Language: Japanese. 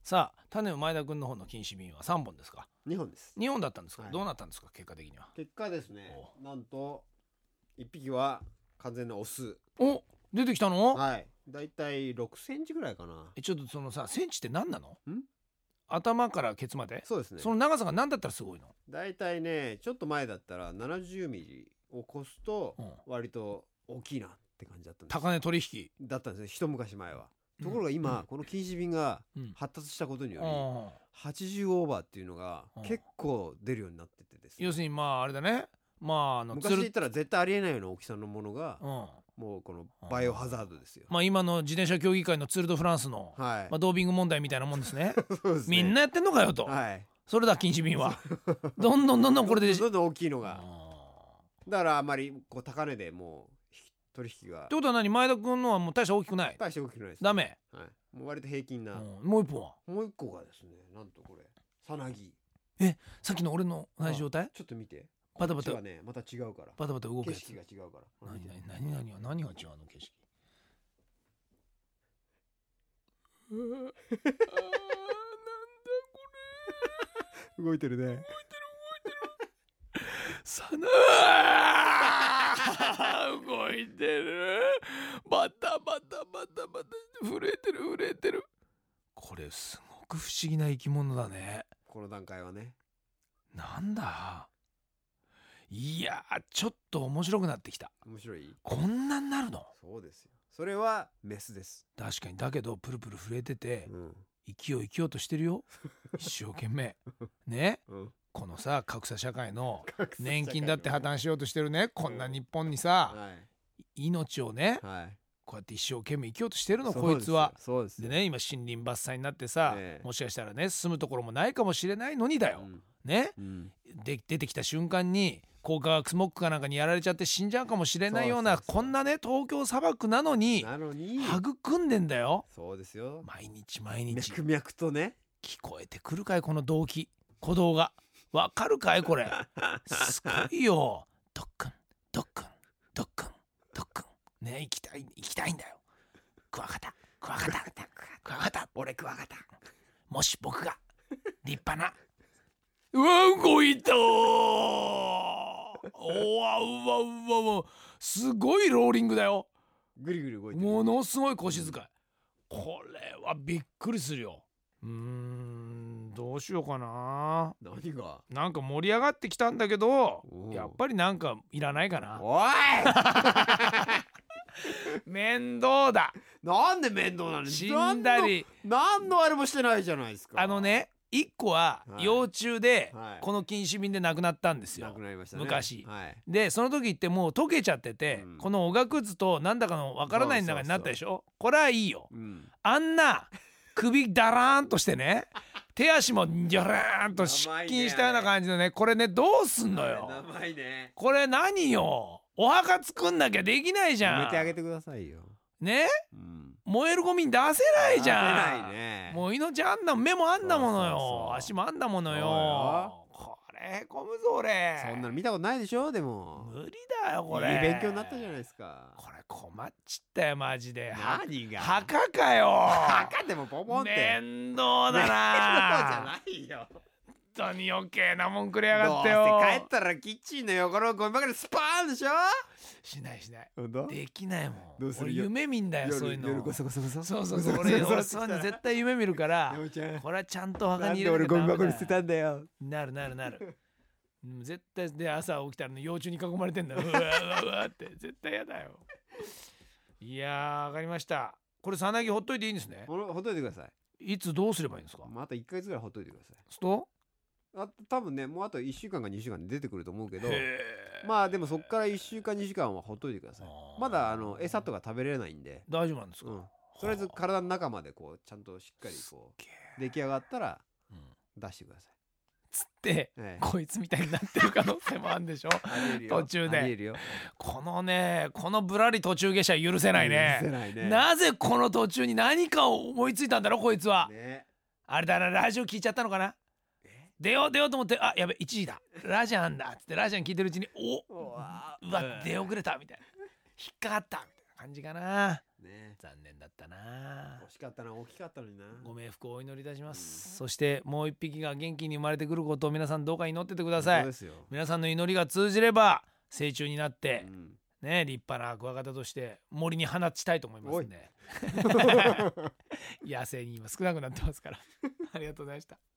さあ種の前田君の方の禁止瓶は3本ですか。 2本です。 2本だったんですか、 はい、 どうなったんですか結果的には。 結果ですね、なんと1匹は完全なオス。 お、出てきたの。 はい、だいたい6センチぐらいかな。 ちょっとそのさ、センチって何なの。 ん頭からケツまで。 そうですね。 その長さが何だったらすごいの。 だいたいね、ちょっと前だったら70ミリを越すと割と大きいなって感じだったんです。 高値取引だったんですね、一昔前は。ところが今、この禁止瓶が発達したことにより、80オーバーっていうのが結構出るようになっててですね。 要するにまああれだね、まあ昔で言ったら絶対ありえないような大きさのものが、もうこのバイオハザードですよ。 まあ今の自転車競技会のツール・ド・フランスの、まあドーピング問題みたいなもんですね。 そうですね、 みんなやってんのかよと。それだ禁止瓶はどんどんこれでどんどん大きいのが、だからあまりこう高値でもう取引が。 ってことは何、前田君のはもう大して大きくない。 大して大きくないです、 ダメ。 もう割と平均な。 もう一本は、 もう一個がですね、なんとこれさなぎ。 さっきの俺の同じ状態。 ちょっと見て、 バタバタこっちはねまた違うから、 バタバタ動くやつ。 景色が違うから。 何が違うの景色。なんだこれ動いてるね。 さな動いてる。バタバタ震えてる。これすごく不思議な生き物だね、 この段階はね。 なんだ、いやちょっと面白くなってきた。 面白い。 こんなになるの。 そうですよ、それはメスです。 確かに。だけどプルプル震えてて、生きようとしてるよ一生懸命ね、このさ格差社会の年金だって破綻しようとしてるね、こんな日本にさ、命をね、こうやって一生懸命生きようとしてるの、こいつは。でね、今森林伐採になってさ、もしかしたらね住むところもないかもしれないのにだよ、ね、で出てきた瞬間に高化学スモッグかなんかにやられちゃって死んじゃうかもしれないような、こんなね東京砂漠なのに育んでんだよ。 そうですよ、 毎日脈々とね。 聞こえてくるかいこの動機、鼓動が。わかるかいこれすごいよ。ドックンね、行きたいんだよ。クワガタ俺クワガタ。もし僕が立派なうわ動いたうわすごいローリングだよ。 ぐりぐり動いてる、 ものすごい腰使い、これはびっくりするよ。どうしようかな。 何がなんか盛り上がってきたんだけど、やっぱりなんかいらないかな。 おい面倒だ。 なんで面倒なの。 死んだり何のあれもしてないじゃないですか。 ね、1個は幼虫でこの禁止瓶で亡くなったんですよ、 亡くなりましたね、 昔、でその時ってもう溶けちゃってて、このおがくずとなんだかのわからない中になったでしょ。これはいいよ、あんな首だらーんとしてね手足もジャラーンと失禁したような感じのね、これねどうすんのよ。 長いね。 これ何よ、お墓作んなきゃできないじゃん。 埋めてあげてくださいよね、燃えるゴミに出せないじゃん。 出せないね。 もう命あんだもん、目もあんだものよ、足もあんだものよ。これへこむぞ俺。 そんなの見たことないでしょ。でも無理だよこれ。 いい勉強になったじゃないですか。 これ困っちったよマジで。 何が墓かよ。 墓でもポポンって面倒だな。 面倒じゃないよ。 本当に余計なもんくれやがってよ。 どうせ帰ったらキッチンの横のゴミ箱にスパーンでしょ。 しない本当できないもん。 どうする。 俺夢見んだよそういうの。 夜ゴソゴソゴソ。 そう俺そういうの絶対夢見るから、これはちゃんとお墓に入れなきゃダメだ。 なんで俺ゴミ箱に捨てたんだよ。 なる絶対で朝起きたら幼虫に囲まれてんだよ。うわって絶対やだよ。いやーわかりました。これさなぎほっといていいんですね。 ほっといてください。 いつどうすればいいんですか。 また1ヶ月ぐらいほっといてください。多分ねもうあと1週間か2週間で出てくると思うけど、まあでもそっから1週間2週間はほっといてください。まだ餌とか食べれないんで大丈夫なんですか。 とりあえず体の中までこうちゃんとしっかりこう出来上がったら出してください。 つって、こいつみたいになってる可能性もあるんでしょ。途中でこのぶらり途中下車許せないね。なぜこの途中に何かを思いついたんだろこいつは、あれだな、ラジオ聞いちゃったのかな。出ようと思って、あやべ1時だラジャンだっつってラジャン聞いてるうちにうわ出遅れたみたいな、引っかかったみたいな感じかな。 ね、 残念だったな。 惜しかったな、大きかったのにな。 ご冥福をお祈りいたします、そしてもう一匹が元気に生まれてくることを皆さんどうか祈っててください。皆さんの祈りが通じれば成虫になって、ね、立派なクワガタとして森に放ちたいと思いますんで野生に今少なくなってますからありがとうございました。